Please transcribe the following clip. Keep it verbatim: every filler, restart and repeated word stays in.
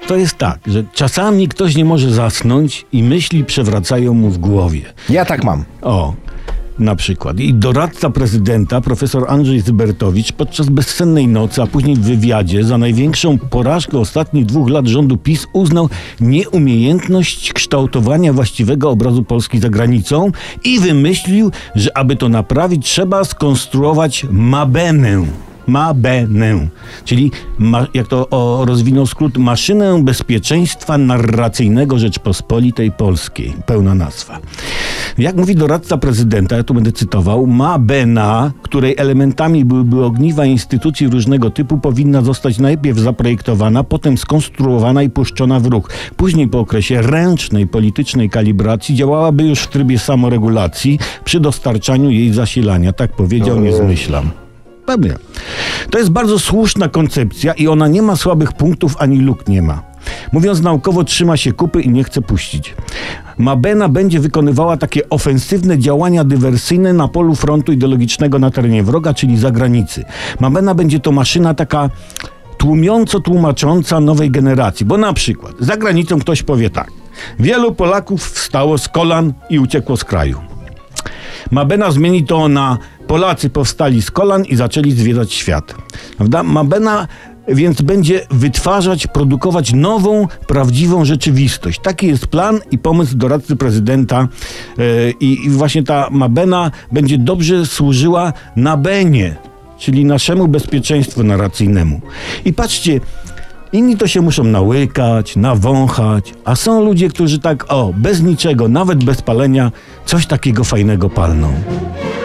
To jest tak, że czasami ktoś nie może zasnąć i myśli przewracają mu w głowie. Ja tak mam. O, na przykład. I doradca prezydenta, profesor Andrzej Zybertowicz, podczas bezsennej nocy, a później w wywiadzie, za największą porażkę ostatnich dwóch lat rządu PiS uznał nieumiejętność kształtowania właściwego obrazu Polski za granicą i wymyślił, że aby to naprawić, trzeba skonstruować mabenę. Mabenę, czyli ma, jak to o, rozwinął skrót, maszynę bezpieczeństwa narracyjnego Rzeczpospolitej Polskiej. Pełna nazwa. Jak mówi doradca prezydenta, ja tu będę cytował, Mabena, której elementami byłyby ogniwa instytucji różnego typu, powinna zostać najpierw zaprojektowana, potem skonstruowana i puszczona w ruch. Później po okresie ręcznej politycznej kalibracji działałaby już w trybie samoregulacji przy dostarczaniu jej zasilania. Tak powiedział, nie zmyślam. Pewnie. To jest bardzo słuszna koncepcja i ona nie ma słabych punktów ani luk nie ma. Mówiąc naukowo, trzyma się kupy i nie chce puścić. Mabena będzie wykonywała takie ofensywne działania dywersyjne na polu frontu ideologicznego na terenie wroga, czyli zagranicy. Mabena będzie to maszyna taka tłumiąco tłumacząca nowej generacji, bo na przykład za granicą ktoś powie tak: wielu Polaków wstało z kolan i uciekło z kraju. Mabena zmieni to na Polacy powstali z kolan i zaczęli zwiedzać świat. Prawda? Mabena więc będzie wytwarzać, produkować nową, prawdziwą rzeczywistość. Taki jest plan i pomysł doradcy prezydenta yy, i właśnie ta Mabena będzie dobrze służyła Nabenie, czyli naszemu bezpieczeństwu narracyjnemu. I patrzcie, inni to się muszą nałykać, nawąchać, a są ludzie, którzy tak, o, bez niczego, nawet bez palenia, coś takiego fajnego palną.